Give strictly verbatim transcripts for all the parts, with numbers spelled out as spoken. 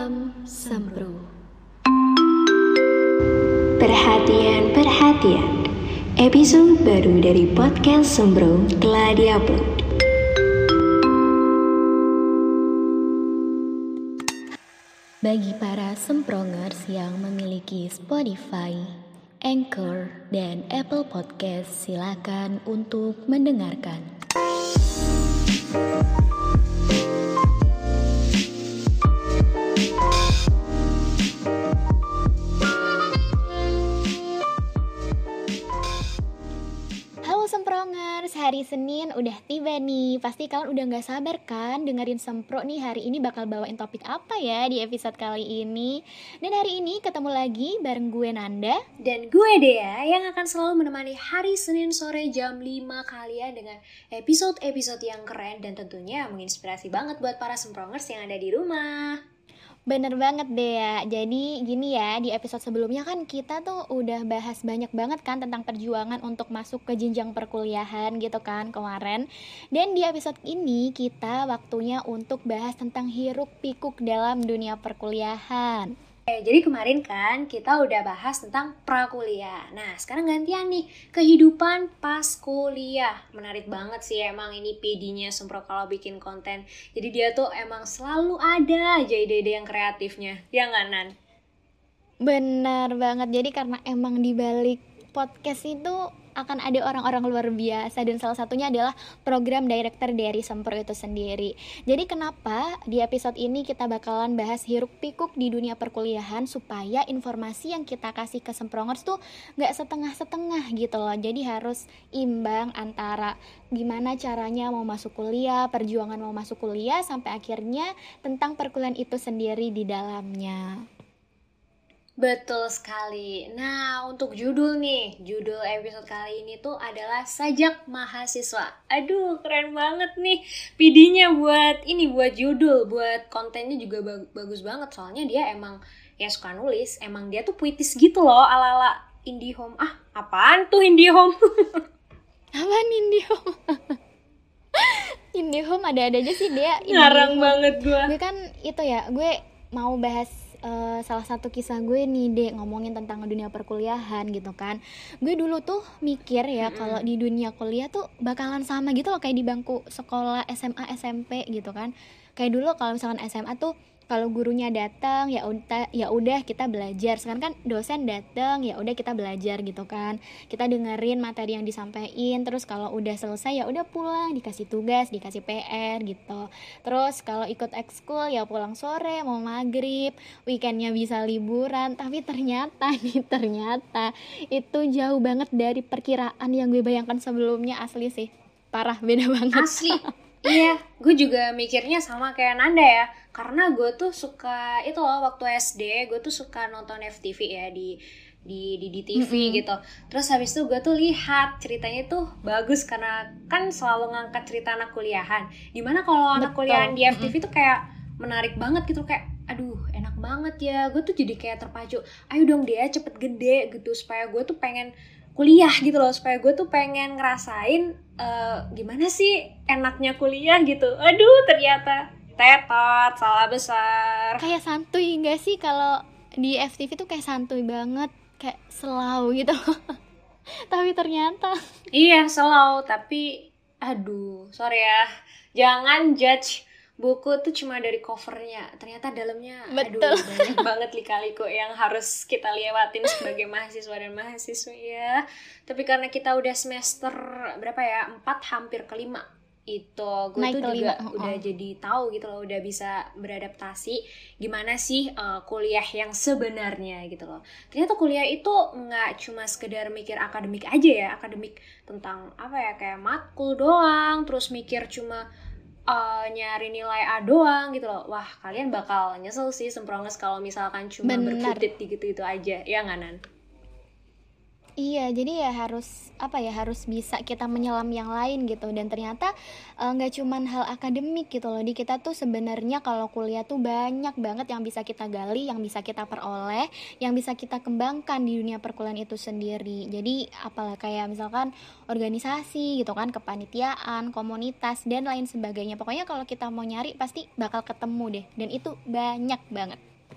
Malam Sempro. Perhatian, perhatian. Episode baru dari podcast Sempro telah diupload. Bagi para semprongers yang memiliki Spotify, Anchor, dan Apple Podcast, silakan untuk mendengarkan. Semprongers, hari Senin udah tiba nih. Pasti kalian udah gak sabar kan dengerin Sempro nih hari ini bakal bawain topik apa ya di episode kali ini. Dan hari ini ketemu lagi bareng gue Nanda dan gue Dea yang akan selalu menemani hari Senin sore jam lima kalian dengan episode-episode yang keren dan tentunya menginspirasi banget buat para Semprongers yang ada di rumah. Bener banget deh ya. Jadi gini ya, di episode sebelumnya kan kita tuh udah bahas banyak banget kan tentang perjuangan untuk masuk ke jenjang perkuliahan gitu kan kemarin. Dan di episode ini kita waktunya untuk bahas tentang hiruk pikuk dalam dunia perkuliahan. Eh, jadi kemarin kan kita udah bahas tentang prakuliah. Nah sekarang gantian nih, kehidupan pas kuliah. Menarik banget sih emang ini P D-nya Sempro kalau bikin konten. Jadi dia tuh emang selalu ada aja ide-ide yang kreatifnya. Ya nggak Nan? Benar banget, jadi karena emang dibalik podcast itu akan ada orang-orang luar biasa dan salah satunya adalah program director dari Sempro itu sendiri. Jadi kenapa di episode ini kita bakalan bahas hiruk pikuk di dunia perkuliahan supaya informasi yang kita kasih ke Semprongers tuh gak setengah-setengah gitu loh. Jadi harus imbang antara gimana caranya mau masuk kuliah, perjuangan mau masuk kuliah, sampai akhirnya tentang perkuliahan itu sendiri di dalamnya. Betul sekali. Nah, untuk judul nih, judul episode kali ini tuh adalah Sajak Mahasiswa. Aduh, keren banget nih P D-nya buat ini, buat judul, buat kontennya juga bag- bagus banget. Soalnya dia emang ya suka nulis, emang dia tuh puitis gitu loh, ala-ala IndiHome. Ah, apaan tuh IndiHome? Apaan IndiHome? IndiHome ada-ada aja sih dia. Ngarang banget gue. Gue kan itu ya, gue mau bahas Uh, salah satu kisah gue nih deh, ngomongin tentang dunia perkuliahan gitu kan. Gue dulu tuh mikir ya, mm-hmm. kalau di dunia kuliah tuh bakalan sama gitu loh kayak di bangku sekolah S M A S M P gitu kan. Kayak dulu kalau misalkan S M A tuh kalau gurunya datang ya udah ya udah kita belajar. Sekarang kan dosen datang ya udah kita belajar gitu kan. Kita dengerin materi yang disampaikan, terus kalau udah selesai ya udah pulang, dikasih tugas, dikasih P R gitu. Terus kalau ikut ekskul ya pulang sore, mau maghrib, weekendnya bisa liburan. Tapi ternyata nih ternyata itu jauh banget dari perkiraan yang gue bayangkan sebelumnya. Asli sih, parah, beda banget. Asli. Iya, gue juga mikirnya sama kayak Nanda ya. Karena gue tuh suka, itu loh waktu S D, gue tuh suka nonton F T V ya di di di, di T V mm-hmm. gitu. Terus habis itu gue tuh lihat ceritanya tuh bagus karena kan selalu ngangkat cerita anak kuliahan. Dimana kalau anak kuliahan di F T V mm-hmm. tuh kayak menarik banget gitu, kayak aduh enak banget ya. Gue tuh jadi kayak terpacu, ayo dong dia cepet gede gitu supaya gue tuh pengen kuliah gitu loh, supaya gue tuh pengen ngerasain uh, gimana sih enaknya kuliah gitu. Aduh ternyata tetot, salah besar. Kayak santuy gak sih kalau di F T V tuh kayak santuy banget, kayak slow gitu loh. Tapi ternyata iya slow, tapi aduh sorry ya, jangan judge buku tuh cuma dari covernya, ternyata dalamnya betul. Aduh banyak banget lika-liku yang harus kita lewatin sebagai mahasiswa dan mahasiswa ya. Tapi karena kita udah semester berapa ya, empat hampir kelima itu, gue naik tuh juga oh, udah oh. jadi tahu gitu loh, udah bisa beradaptasi gimana sih uh, kuliah yang sebenarnya gitu loh. Ternyata kuliah itu nggak cuma sekedar mikir akademik aja ya, akademik tentang apa ya, kayak matkul doang, terus mikir cuma Uh, nyari nilai A doang gitu loh. Wah kalian bakal nyesel sih Semprongers kalau misalkan cuma berkutit di gitu-gitu aja, ya nggak Nan? Iya, jadi ya harus apa ya, harus bisa kita menyelam yang lain gitu. Dan ternyata nggak uh, cuman hal akademik gitu loh. Di kita tuh sebenarnya kalau kuliah tuh banyak banget yang bisa kita gali, yang bisa kita peroleh, yang bisa kita kembangkan di dunia perkuliahan itu sendiri. Jadi apalah kayak misalkan organisasi gitu kan, kepanitiaan, komunitas dan lain sebagainya. Pokoknya kalau kita mau nyari pasti bakal ketemu deh. Dan itu banyak banget.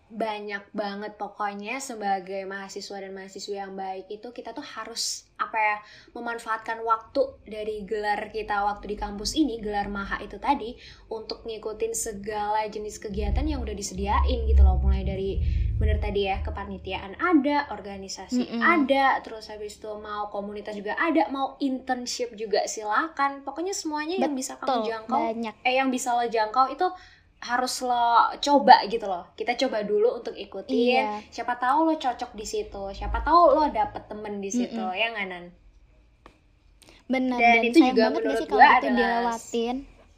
banyak banget pokoknya sebagai mahasiswa dan mahasiswi yang baik itu kita tuh harus apa ya memanfaatkan waktu dari gelar kita waktu di kampus ini, gelar MAHA itu tadi, untuk ngikutin segala jenis kegiatan yang udah disediain gitu loh, mulai dari bener tadi ya kepanitiaan ada, organisasi Mm-mm. ada, terus habis itu mau komunitas juga ada, mau internship juga silakan, pokoknya semuanya yang bisa kamu Betul, jangkau banyak. eh yang bisa lo jangkau itu harus lo coba gitu loh. Kita coba dulu untuk ikutin. Iya. Siapa tahu lo cocok di situ. Siapa tahu lo dapet temen di situ. Mm-mm. Ya nggak, Nan? Bener, Dan dan, itu sayang juga banget gak menurut sih gue kalau itu adalah- dilewatin.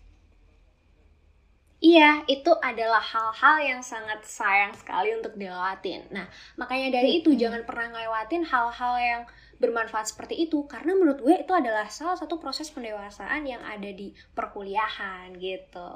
Iya, itu adalah hal-hal yang sangat sayang sekali untuk dilewatin. Nah, makanya dari itu Mm-mm. jangan pernah ngelewatin hal-hal yang bermanfaat seperti itu. Karena menurut gue itu adalah salah satu proses pendewasaan yang ada di perkuliahan gitu.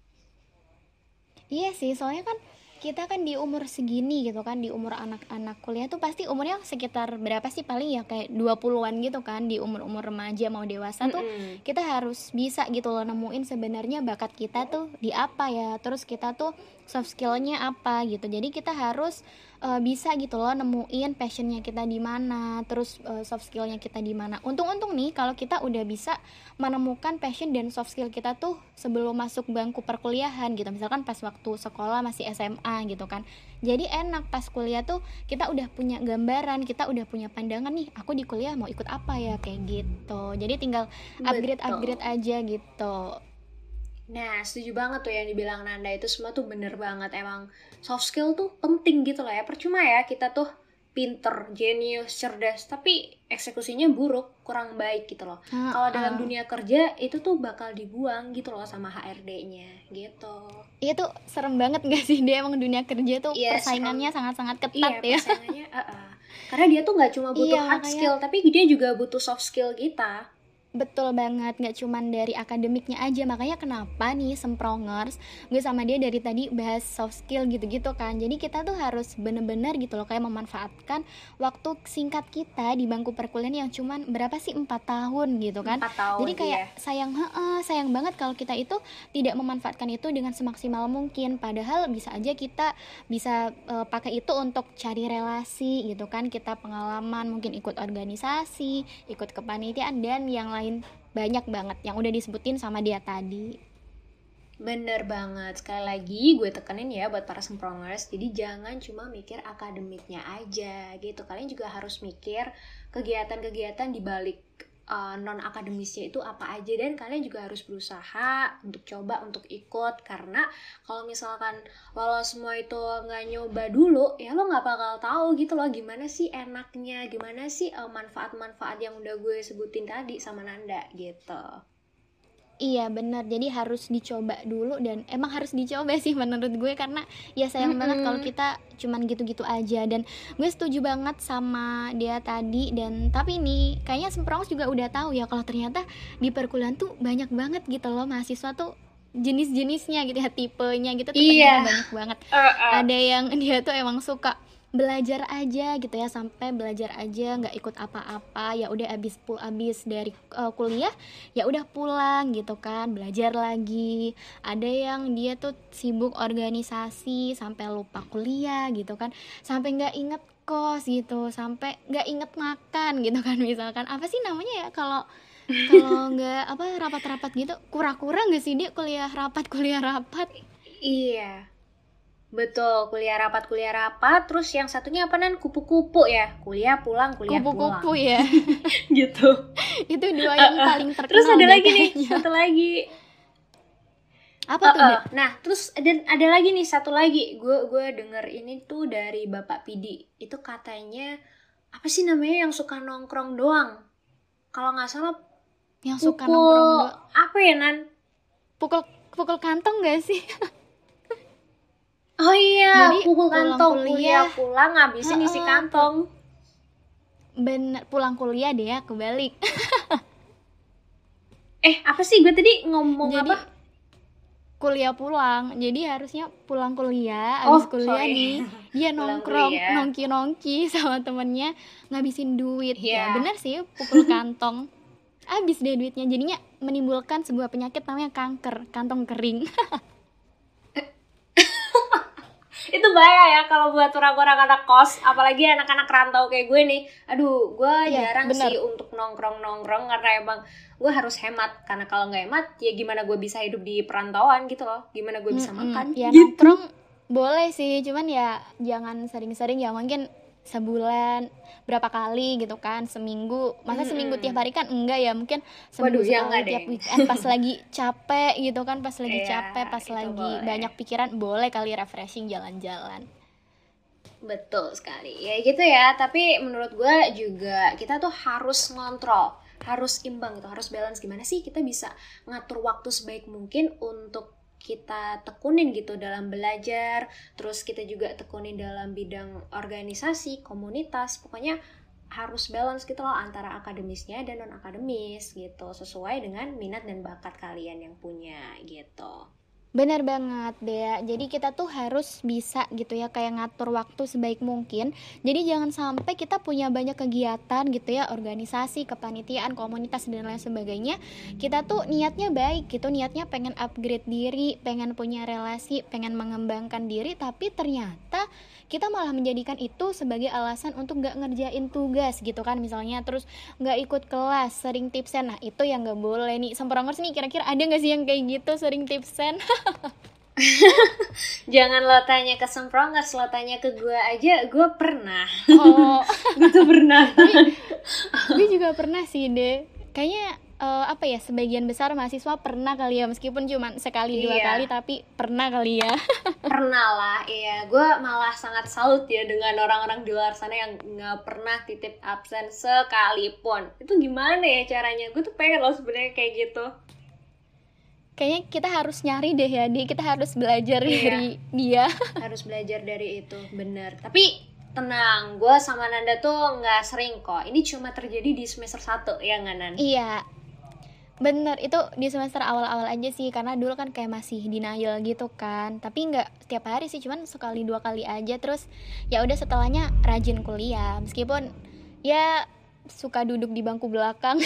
Iya sih, soalnya kan kita kan di umur segini gitu kan, di umur anak-anak kuliah tuh pasti umurnya sekitar berapa sih, paling ya kayak dua puluhan gitu kan, di umur-umur remaja mau dewasa tuh Mm-mm. kita harus bisa gitu loh nemuin sebenarnya bakat kita tuh di apa ya, terus kita tuh soft skillnya apa gitu. Jadi kita harus uh, bisa gitu loh nemuin passionnya kita di mana, terus uh, soft skillnya kita di mana. Untung-untung nih kalau kita udah bisa menemukan passion dan soft skill kita tuh sebelum masuk bangku perkuliahan gitu, misalkan pas waktu sekolah masih S M A gitu kan. Jadi enak pas kuliah tuh kita udah punya gambaran, kita udah punya pandangan nih, aku di kuliah mau ikut apa ya, kayak gitu. Jadi tinggal upgrade Betul. upgrade aja gitu. Nah, setuju banget tuh yang dibilang Nanda, itu semua tuh bener banget. Emang soft skill tuh penting gitu loh ya. Percuma ya kita tuh pinter, jenius, cerdas, tapi eksekusinya buruk, kurang baik gitu loh. Ah, Kalau dalam ah. dunia kerja itu tuh bakal dibuang gitu loh sama H R D-nya gitu. Iya tuh serem banget gak sih, dia emang dunia kerja tuh Iya, persaingannya sangat-sangat ketat Iya, ya. persaingannya uh-uh. Karena dia tuh nggak cuma butuh Iya, hard makanya- skill, tapi dia juga butuh soft skill kita. Betul banget, gak cuman dari akademiknya aja. Makanya kenapa nih Semprongers, gue sama dia dari tadi bahas soft skill gitu-gitu kan. Jadi kita tuh harus bener-bener gitu loh, kayak memanfaatkan waktu singkat kita di bangku perkuliahan yang cuman berapa sih, empat tahun gitu kan. Empat tahun, Jadi kayak iya. sayang, heeh, sayang banget kalau kita itu tidak memanfaatkan itu dengan semaksimal mungkin. Padahal bisa aja kita bisa eh, pakai itu untuk cari relasi gitu kan. Kita pengalaman, mungkin ikut organisasi, ikut kepanitiaan, dan yang lain banyak banget yang udah disebutin sama dia tadi. Bener banget, sekali lagi gue tekenin ya buat para semprongers, jadi jangan cuma mikir akademiknya aja gitu. Kalian juga harus mikir kegiatan-kegiatan di balik uh, non-akademisnya itu apa aja, dan kalian juga harus berusaha untuk coba untuk ikut. Karena kalau misalkan lo semua itu nggak nyoba dulu, ya lo nggak bakal tahu gitu loh gimana sih enaknya, gimana sih uh, manfaat-manfaat yang udah gue sebutin tadi sama Nanda gitu. Iya benar, jadi harus dicoba dulu, dan emang harus dicoba sih menurut gue, karena ya sayang Mm-mm. banget kalau kita cuman gitu-gitu aja. Dan gue setuju banget sama dia tadi. Dan tapi nih kayaknya Semprongers juga udah tahu ya kalau ternyata di perkuliahan tuh banyak banget gitu loh mahasiswa tuh, jenis-jenisnya gitu ya, tipenya gitu tuh Iya. ternyata banyak banget. Uh-uh. Ada yang dia tuh emang suka belajar aja gitu ya, sampai belajar aja nggak ikut apa-apa, ya udah abis pul abis dari uh, kuliah ya udah pulang gitu kan, belajar lagi. Ada yang dia tuh sibuk organisasi sampai lupa kuliah gitu kan, sampai nggak inget kos gitu, sampai nggak inget makan gitu kan. Misalkan apa sih namanya ya kalau kalau nggak apa rapat-rapat gitu, kura-kura nggak sih dia, kuliah rapat kuliah rapat. Iya, betul, kuliah rapat kuliah rapat. Terus yang satunya apa, Nan? Kupu-kupu ya, kuliah pulang kuliah Kupu-kupu pulang ya. gitu. Itu dua yang paling terkenal. Terus ada deh lagi nih kayaknya. satu lagi. Apa tuh, Uh-uh. Dek? Nah, terus dan ada lagi nih satu lagi. Gue gue denger ini tuh dari Bapak Pidi. Itu katanya apa sih namanya yang suka nongkrong doang? Kalau nggak salah Yang suka pukul nongkrong do- apa ya, Nan? pukul pukul kantong gak sih? Oh iya, Jadi, pukul pulang kantong, kuliah. kuliah pulang ngabisin isi Uh-uh. kantong. Bener, pulang kuliah deh ya, kebalik. Eh, apa sih gue tadi ngomong Jadi apa? kuliah pulang. Jadi harusnya pulang kuliah, Oh, abis kuliah sorry. nih dia Pulang nongkrong, kuliah. nongki-nongki sama temennya, ngabisin duit. Iya. Ya bener sih, pukul kantong. Abis deh duitnya, jadinya menimbulkan sebuah penyakit namanya kanker, kantong kering. Itu Itu bahaya ya kalau buat orang-orang anak kos, apalagi anak-anak rantau kayak gue nih. Aduh, gue Iya, jarang bener. sih untuk nongkrong-nongkrong karena emang gue harus hemat. Karena kalau nggak hemat, ya gimana gue bisa hidup di perantauan gitu loh. Gimana gue bisa Mm-mm. makan Ya gitu. nongkrong boleh sih, cuman ya jangan sering-sering ya, mungkin sebulan berapa kali gitu kan, seminggu. Masa seminggu tiap Mm-mm. hari kan enggak ya, mungkin Waduh, seminggu ya sekali nggak tiap deh. weekend pas lagi capek gitu kan, pas lagi Iya, capek, pas itu lagi boleh. banyak pikiran, boleh kali refreshing jalan-jalan. Betul sekali. Ya gitu ya, tapi menurut gue juga kita tuh harus ngontrol, harus imbang gitu, harus balance. Gimana sih kita bisa ngatur waktu sebaik mungkin untuk kita tekunin gitu dalam belajar, terus kita juga tekunin dalam bidang organisasi, komunitas, pokoknya harus balance gitu loh antara akademisnya dan non akademis gitu, sesuai dengan minat dan bakat kalian yang punya gitu. Benar banget, Dea. Jadi kita tuh harus bisa gitu ya, kayak ngatur waktu sebaik mungkin. Jadi jangan sampai kita punya banyak kegiatan gitu ya, organisasi, kepanitiaan, komunitas dan lain sebagainya. Kita tuh niatnya baik gitu, niatnya pengen upgrade diri, pengen punya relasi, pengen mengembangkan diri, tapi ternyata kita malah menjadikan itu sebagai alasan untuk gak ngerjain tugas gitu kan, misalnya, terus gak ikut kelas, sering tipsen. Nah itu yang gak boleh nih. Semprongers nih, kira-kira ada gak sih yang kayak gitu, sering tipsen? Jangan lo tanya ke Semprongers, lo tanya ke gue aja, gue pernah. Oh, Gue tuh pernah. gue juga pernah sih deh. Kayaknya eh, apa ya, sebagian besar mahasiswa pernah kali ya, meskipun cuma sekali dua Iya. kali, tapi pernah kali ya. Pernah lah, iya. Gue malah sangat salut ya dengan orang-orang di luar sana yang nggak pernah titip absen sekalipun. Itu gimana ya caranya? Gue tuh pengen loh sebenarnya kayak gitu. Kayaknya kita harus nyari deh ya, Di. Kita harus belajar Iya. dari dia. Harus belajar dari itu, bener. Tapi tenang, gue sama Nanda tuh nggak sering kok. Ini cuma terjadi di semester satu, ya nggak, Nan? Iya, bener. Itu di semester awal-awal aja sih, karena dulu kan kayak masih denial gitu kan. Tapi nggak setiap hari sih, cuman sekali dua kali aja. Terus ya udah, setelahnya rajin kuliah, meskipun ya suka duduk di bangku belakang.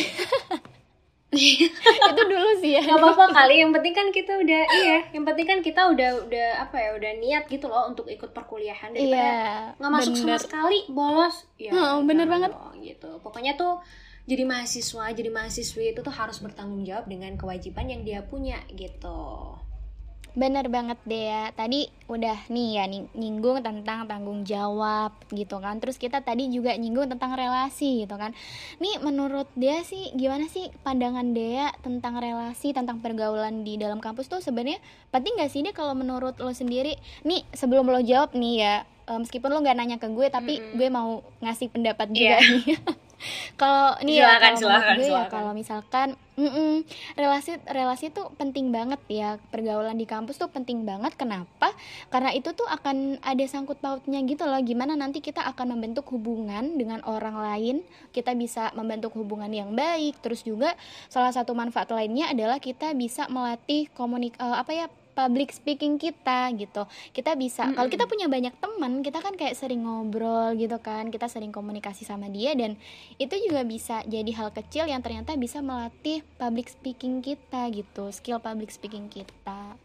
Itu dulu sih ya. Gak apa-apa kali, yang penting kan kita udah iya, yang penting kan kita udah udah apa ya, udah niat gitu loh untuk ikut perkuliahan, daripada Iya, nggak masuk sama bener. sekali bolos. Ya, Oh, bener jangan banget. dong, gitu. Pokoknya tuh jadi mahasiswa, jadi mahasiswi itu tuh harus bertanggung jawab dengan kewajiban yang dia punya gitu. Bener banget deh ya. Tadi udah nih ya, ning- nyinggung tentang tanggung jawab gitu kan. Terus kita tadi juga nyinggung tentang relasi gitu kan. Nih menurut Dea sih, gimana sih pandangan Dea tentang relasi, tentang pergaulan di dalam kampus tuh sebenarnya penting gak sih deh kalau menurut lo sendiri? Nih sebelum lo jawab nih ya, eh, meskipun lo gak nanya ke gue, tapi Mm-mm. gue mau ngasih pendapat juga Iya. nih. Kalau nih ya, Silakan, kalau menurut silakan, gue ya, silakan. kalau misalkan mm-mm, relasi relasi tuh penting banget ya, pergaulan di kampus tuh penting banget. Kenapa? Karena itu tuh akan ada sangkut pautnya gitu loh, gimana nanti kita akan membentuk hubungan dengan orang lain, kita bisa membentuk hubungan yang baik. Terus juga salah satu manfaat lainnya adalah kita bisa melatih komunik eh, apa ya, public speaking kita gitu. Kita bisa, kalau kita punya banyak teman, kita kan kayak sering ngobrol gitu kan, kita sering komunikasi sama dia, dan itu juga bisa jadi hal kecil yang ternyata bisa melatih public speaking kita gitu, skill public speaking kita.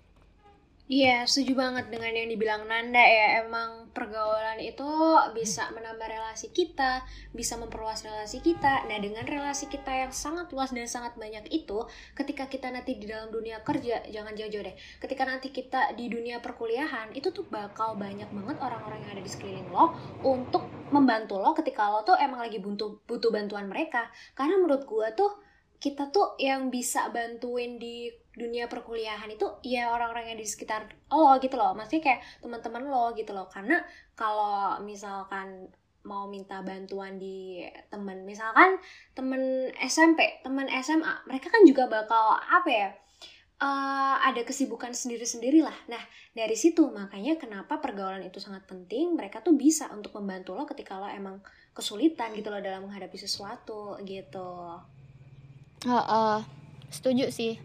Iya, setuju banget dengan yang dibilang Nanda ya. Emang pergaulan itu bisa menambah relasi kita, bisa memperluas relasi kita. Nah, dengan relasi kita yang sangat luas dan sangat banyak itu, ketika kita nanti di dalam dunia kerja, jangan jauh-jauh deh. Ketika nanti kita di dunia perkuliahan, itu tuh bakal banyak banget orang-orang yang ada di sekeliling lo untuk membantu lo ketika lo tuh emang lagi butuh butuh bantuan mereka. Karena menurut gua tuh kita tuh yang bisa bantuin di dunia perkuliahan itu ya orang-orang yang di sekitar lo gitu loh, maksudnya kayak teman-teman lo gitu loh. Karena kalau misalkan mau minta bantuan di temen, misalkan temen S M P, temen S M A, mereka kan juga bakal apa ya, uh, ada kesibukan sendiri-sendiri lah. Nah dari situ makanya kenapa pergaulan itu sangat penting. Mereka tuh bisa untuk membantu lo ketika lo emang kesulitan gitu loh dalam menghadapi sesuatu gitu. Oh, oh, setuju sih.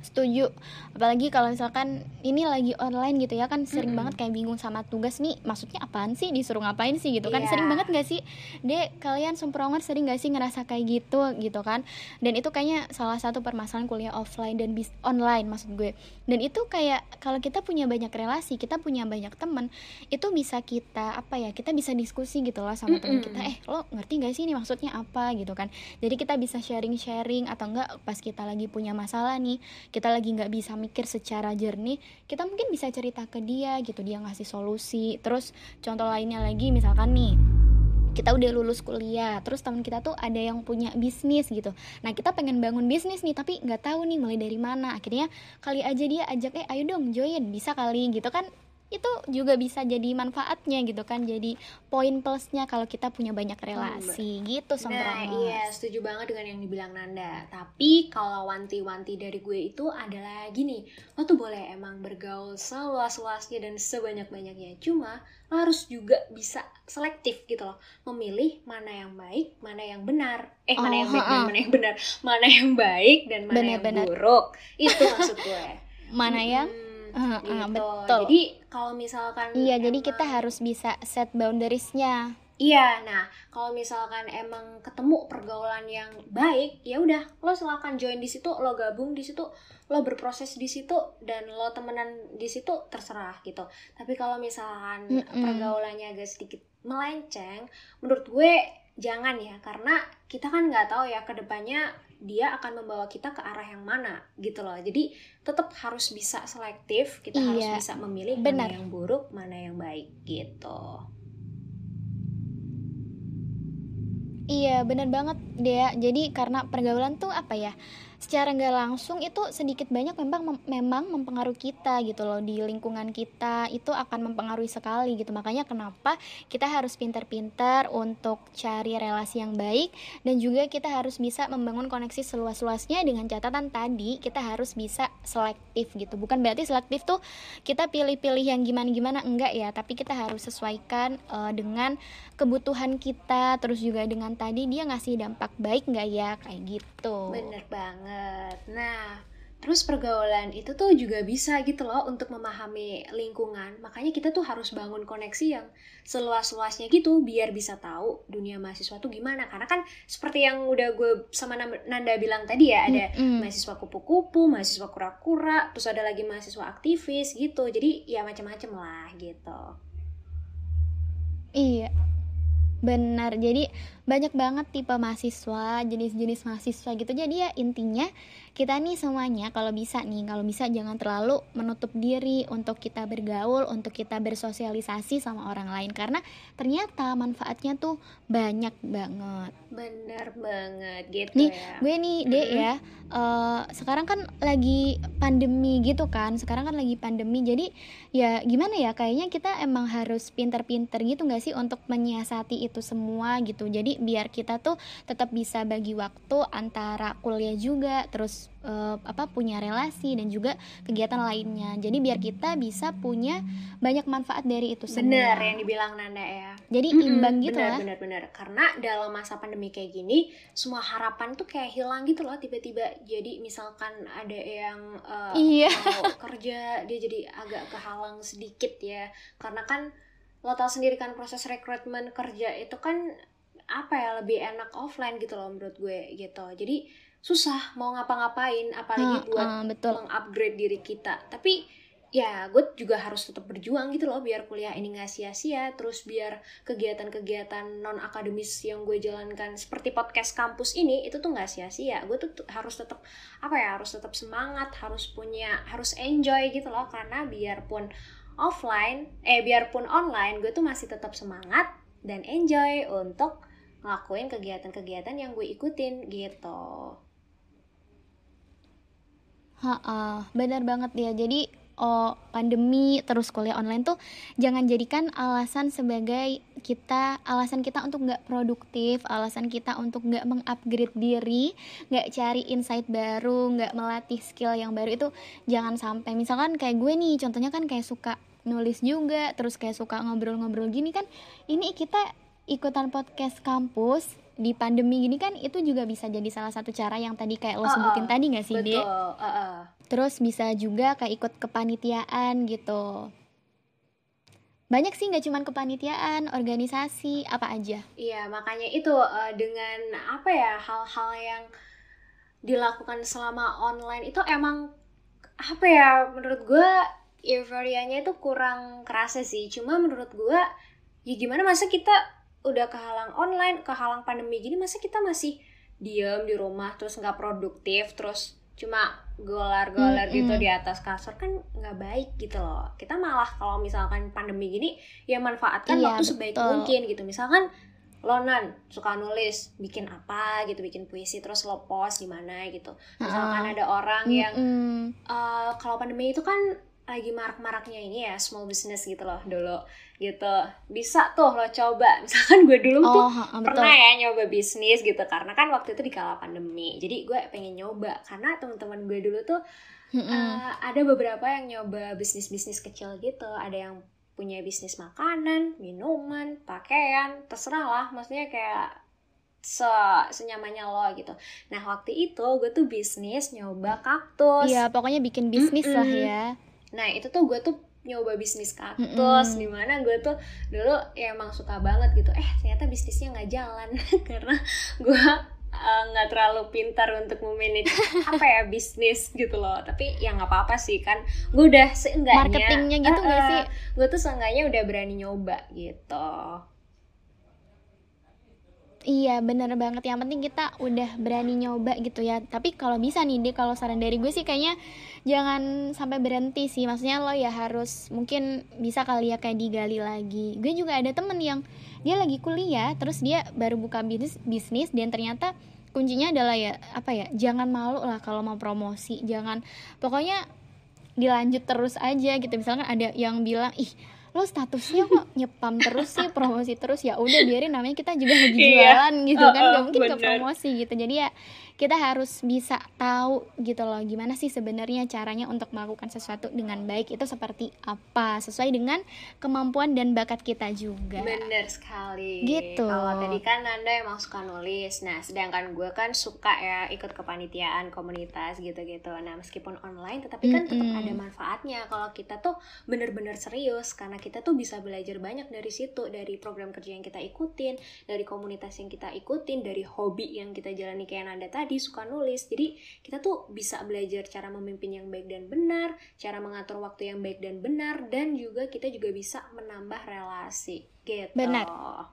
Setuju. Apalagi kalau misalkan ini lagi online gitu ya kan sering Mm-mm. banget kayak bingung sama tugas nih, maksudnya apaan sih, disuruh ngapain sih gitu kan. Iya. Sering banget gak sih Dek, kalian semprongan sering gak sih ngerasa kayak gitu gitu kan. Dan itu kayaknya salah satu permasalahan kuliah offline dan bis online maksud gue. Dan itu kayak kalau kita punya banyak relasi, kita punya banyak teman, itu bisa kita apa ya, kita bisa diskusi gitu loh sama teman kita, Mm-mm. eh lo ngerti gak sih ini maksudnya apa gitu kan. Jadi kita bisa sharing-sharing, atau enggak pas kita lagi punya masalah nih, kita lagi nggak bisa mikir secara jernih, kita mungkin bisa cerita ke dia gitu, dia ngasih solusi. Terus contoh lainnya lagi, misalkan nih kita udah lulus kuliah, terus teman kita tuh ada yang punya bisnis gitu. Nah kita pengen bangun bisnis nih, tapi nggak tahu nih mulai dari mana. Akhirnya kali aja dia ajak, eh ayo dong join, bisa kali gitu kan. Itu juga bisa jadi manfaatnya gitu kan, jadi poin plusnya kalau kita punya banyak relasi gitu Nah Sombrongos. iya, setuju banget dengan yang dibilang Nanda. Tapi kalau wanti-wanti dari gue itu adalah gini, lo tuh boleh emang bergaul seluas-luasnya dan sebanyak-banyaknya, cuma lo harus juga bisa selektif gitu loh, memilih mana yang baik, mana yang benar. Eh mana Oh, yang baik dan ha-ha. mana yang benar, mana yang baik dan mana yang Benar-benar. buruk. Itu maksud gue. Mana yang Hmm, Ah, ah, gitu. betul. Jadi kalau misalkan Iya, jadi emang- kita harus bisa set boundariesnya. Iya, nah kalau misalkan emang ketemu pergaulan yang baik, ya udah lo silakan join di situ, lo gabung di situ, lo berproses di situ, dan lo temenan di situ, terserah gitu. Tapi kalau misalkan Mm-mm. pergaulannya agak sedikit melenceng, menurut gue jangan ya, karena kita kan nggak tahu ya kedepannya dia akan membawa kita ke arah yang mana gitu loh. Jadi tetap harus bisa selektif, kita harus Iya, bisa memilih benar. mana yang buruk, mana yang baik gitu. Iya, benar banget Dea. Jadi karena pergaulan tuh apa ya, secara nggak langsung itu sedikit banyak memang mem- memang mempengaruhi kita gitu loh, di lingkungan kita itu akan mempengaruhi sekali gitu. Makanya kenapa kita harus pintar-pintar untuk cari relasi yang baik, dan juga kita harus bisa membangun koneksi seluas-luasnya, dengan catatan tadi kita harus bisa selektif gitu. Bukan berarti selektif tuh kita pilih-pilih yang gimana-gimana, enggak ya, tapi kita harus sesuaikan eh, dengan kebutuhan kita, terus juga dengan tadi dia ngasih dampak baik nggak ya, kayak gitu. Bener banget. Nah, terus pergaulan itu tuh juga bisa gitu loh untuk memahami lingkungan. Makanya kita tuh harus bangun koneksi yang seluas-luasnya gitu, biar bisa tahu dunia mahasiswa tuh gimana. Karena kan seperti yang udah gue sama Nanda bilang tadi ya, ada Mm-mm. mahasiswa kupu-kupu, mahasiswa kura-kura, terus ada lagi mahasiswa aktivis gitu. Jadi ya macam-macam lah gitu. Iya, benar. Jadi banyak banget tipe mahasiswa, jenis-jenis mahasiswa gitu. Jadi ya intinya kita nih semuanya kalau bisa nih, kalau bisa jangan terlalu menutup diri untuk kita bergaul, untuk kita bersosialisasi sama orang lain, karena ternyata manfaatnya tuh banyak banget. Bener banget gitu Nih, ya. gue nih Dek Mm-mm. ya, eh, sekarang kan lagi pandemi gitu kan, sekarang kan lagi pandemi, jadi ya gimana ya, kayaknya kita emang harus pinter-pinter gitu gak sih untuk menyiasati itu semua gitu. Jadi biar kita tuh tetap bisa bagi waktu antara kuliah juga, terus eh, apa punya relasi dan juga kegiatan lainnya. Jadi biar kita bisa punya banyak manfaat dari itu semua. Bener yang dibilang Nanda ya. Jadi Mm-mm, imbang gitu bener, lah. bener, bener. Karena dalam masa pandemi kayak gini, semua harapan tuh kayak hilang gitu loh tiba-tiba. Jadi misalkan ada yang uh, Iya. mau kerja, dia jadi agak kehalang sedikit ya. Karena kan lo tau sendiri kan proses rekrutmen kerja itu kan apa ya, lebih enak offline gitu loh menurut gue gitu. Jadi susah mau ngapa-ngapain, apalagi Ha, buat ah, betul. mengupgrade diri kita. Tapi ya gue juga harus tetap berjuang gitu loh, biar kuliah ini gak sia-sia, terus biar kegiatan-kegiatan non akademis yang gue jalankan seperti podcast kampus ini itu tuh gak sia-sia. Gue tuh t- harus tetap apa ya, harus tetap semangat, harus punya, harus enjoy gitu loh, karena biarpun offline, eh biarpun online, gue tuh masih tetap semangat dan enjoy untuk ngelakuin kegiatan-kegiatan yang gue ikutin gitu. Ha, benar banget ya. Jadi oh, pandemi terus kuliah online tuh jangan jadikan alasan sebagai kita, alasan kita untuk nggak produktif, alasan kita untuk nggak mengupgrade diri, nggak cari insight baru, nggak melatih skill yang baru. Itu jangan sampai. Misalkan kayak gue nih, contohnya kan kayak suka nulis juga, terus kayak suka ngobrol-ngobrol gini kan. Ini kita ikutan podcast kampus di pandemi gini kan itu juga bisa jadi salah satu cara yang tadi kayak lo Uh-uh. sebutin tadi nggak sih, Dek? Betul. Uh-uh. Terus bisa juga kayak ikut kepanitiaan gitu. Banyak sih, nggak cuma kepanitiaan, organisasi, apa aja. Iya, makanya itu uh, dengan apa ya, hal-hal yang dilakukan selama online itu emang apa ya, menurut gue euforianya itu kurang kerasa sih. Cuma menurut gue ya gimana, masa kita udah kehalang online, kehalang pandemi gini, masa kita masih diem di rumah terus nggak produktif, terus cuma golar-golar Mm-mm. gitu di atas kasur, kan nggak baik gitu loh. Kita malah kalau misalkan pandemi gini ya manfaatkan Iya, waktu sebaik betul. mungkin gitu. Misalkan lo Nan suka nulis, bikin apa gitu, bikin puisi terus lo post di mana gitu. Misalkan Uh-uh. ada orang yang Mm-mm. uh, kalau pandemi itu kan lagi marak-maraknya ini ya small business gitu loh dulu gitu, bisa tuh lo coba. Misalkan gue dulu tuh Oh, ha, betul. pernah ya nyoba bisnis gitu, karena kan waktu itu di kala pandemi, jadi gue pengen nyoba karena teman-teman gue dulu tuh Mm-mm. uh, ada beberapa yang nyoba bisnis-bisnis kecil gitu, ada yang punya bisnis makanan, minuman, pakaian, terserah lah, maksudnya kayak se senyamannya lo gitu. Nah waktu itu gue tuh bisnis nyoba kaktus. Iya, pokoknya bikin bisnis lah Mm-mm. ya. Nah itu tuh gue tuh nyoba bisnis kaktus, Mm-mm. dimana gue tuh dulu ya emang suka banget gitu. Eh ternyata bisnisnya nggak jalan karena gue uh, nggak terlalu pintar untuk memanage apa ya bisnis gitu loh. Tapi ya nggak apa-apa sih kan. Gue udah seenggaknya Marketingnya gitu nggak uh, uh, sih? gue tuh seenggaknya udah berani nyoba gitu. Iya, bener banget. Yang penting kita udah berani nyoba gitu ya. Tapi kalau bisa nih deh, kalau saran dari gue sih kayaknya jangan sampai berhenti sih. Maksudnya lo ya harus, mungkin bisa kali ya kayak digali lagi. Gue juga ada temen yang dia lagi kuliah, terus dia baru buka bisnis, bisnis dan ternyata kuncinya adalah ya apa ya, jangan malu lah kalau mau promosi. Jangan, pokoknya dilanjut terus aja gitu. Misalkan ada yang bilang, ih lo statusnya kok nyepam terus sih, promosi terus, ya udah biarin, namanya kita juga lagi jualan gitu kan, Uh-uh, gak mungkin ke bener. promosi gitu. Jadi ya kita harus bisa tahu gitu loh gimana sih sebenarnya caranya untuk melakukan sesuatu dengan baik itu seperti apa, sesuai dengan kemampuan dan bakat kita juga. Bener sekali. Gitu. Kalau tadi kan Nanda emang suka nulis, nah sedangkan gue kan suka ya ikut kepanitiaan komunitas gitu-gitu. Nah meskipun online, tetapi kan tetap Mm-mm. ada manfaatnya kalau kita tuh bener-bener serius, karena kita tuh bisa belajar banyak dari situ, dari program kerja yang kita ikutin, dari komunitas yang kita ikutin, dari hobi yang kita jalani kayak Nanda tadi suka nulis. Jadi kita tuh bisa belajar cara memimpin yang baik dan benar, cara mengatur waktu yang baik dan benar, dan juga kita juga bisa menambah relasi gitu. Benar.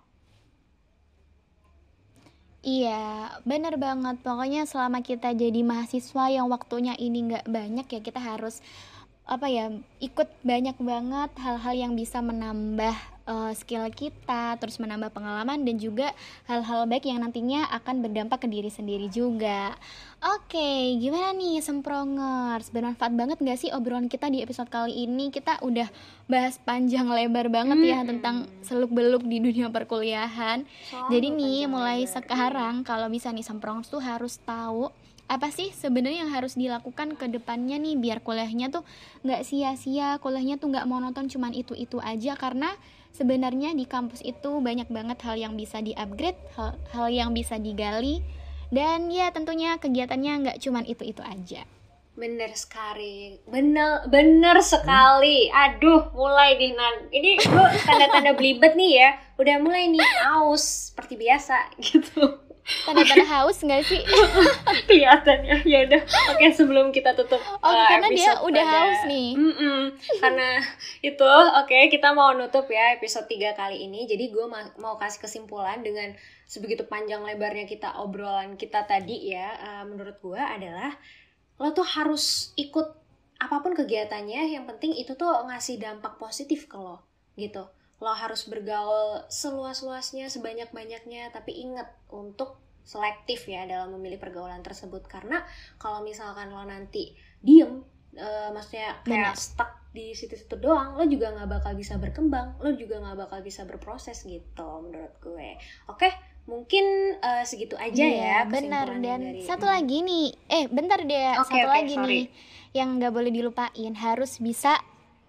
Iya, bener banget. Pokoknya selama kita jadi mahasiswa yang waktunya ini nggak banyak ya, kita harus apa ya, ikut banyak banget hal-hal yang bisa menambah uh, skill kita, terus menambah pengalaman dan juga hal-hal baik yang nantinya akan berdampak ke diri sendiri juga. Oke, gimana nih Semprongers? Bermanfaat banget gak sih obrolan kita di episode kali ini? Kita udah bahas panjang lebar banget ya Hmm. tentang seluk-beluk di dunia perkuliahan. Selalu Jadi nih panjang mulai lebar. sekarang kalau bisa nih Semprongers tuh harus tahu apa sih sebenarnya yang harus dilakukan ke depannya nih biar kuliahnya tuh nggak sia-sia, kuliahnya tuh nggak monoton cuman itu-itu aja, karena sebenarnya di kampus itu banyak banget hal yang bisa di-upgrade, hal, hal yang bisa digali, dan ya tentunya kegiatannya nggak cuman itu-itu aja. Bener sekali, bener bener sekali. Aduh, mulai nih Nan. Ini gue tanda-tanda belibet nih ya. Udah mulai nih aus seperti biasa gitu. Tanda-tanda haus nggak sih? Kelihatannya. Ya udah. Oke, sebelum kita tutup Oh, uh, karena dia episode udah pada- haus nih. Mm-mm. Karena itu, oke, kita mau nutup ya episode tiga kali ini. Jadi gue ma- mau kasih kesimpulan dengan sebegitu panjang lebarnya kita obrolan kita tadi ya. Uh, menurut gue adalah lo tuh harus ikut apapun kegiatannya, yang penting itu tuh ngasih dampak positif ke lo gitu. Lo harus bergaul seluas-luasnya, sebanyak-banyaknya, tapi ingat untuk selektif ya dalam memilih pergaulan tersebut. Karena kalau misalkan lo nanti diem, e, maksudnya kayak Benar. stuck di situ-situ doang, lo juga nggak bakal bisa berkembang, lo juga nggak bakal bisa berproses gitu menurut gue. Oke, mungkin e, segitu aja ya Iya, benar. kesimpulan Dan dari- satu lagi nih, eh bentar deh, Oke, satu oke, lagi sorry. nih yang nggak boleh dilupain, harus bisa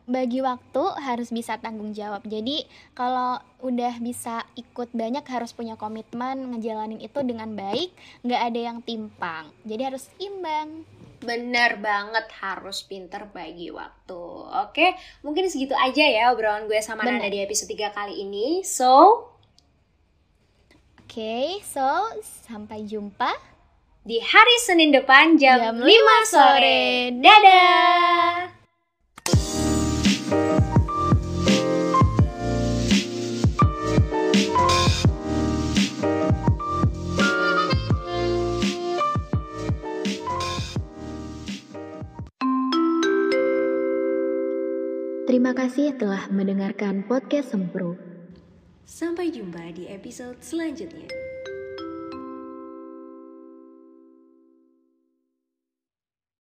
bagi waktu harus bisa tanggung jawab. Jadi kalau udah bisa ikut banyak harus punya komitmen ngejalanin itu dengan baik, nggak ada yang timpang. Jadi harus imbang. Bener banget, harus pinter bagi waktu. Oke, mungkin segitu aja ya obrolan gue sama Bener. Nanda di episode tiga kali ini. So, Oke, okay, so sampai jumpa di hari Senin depan jam, jam lima sore. Dadah! Terima kasih telah mendengarkan podcast Sempro. Sampai jumpa di episode selanjutnya.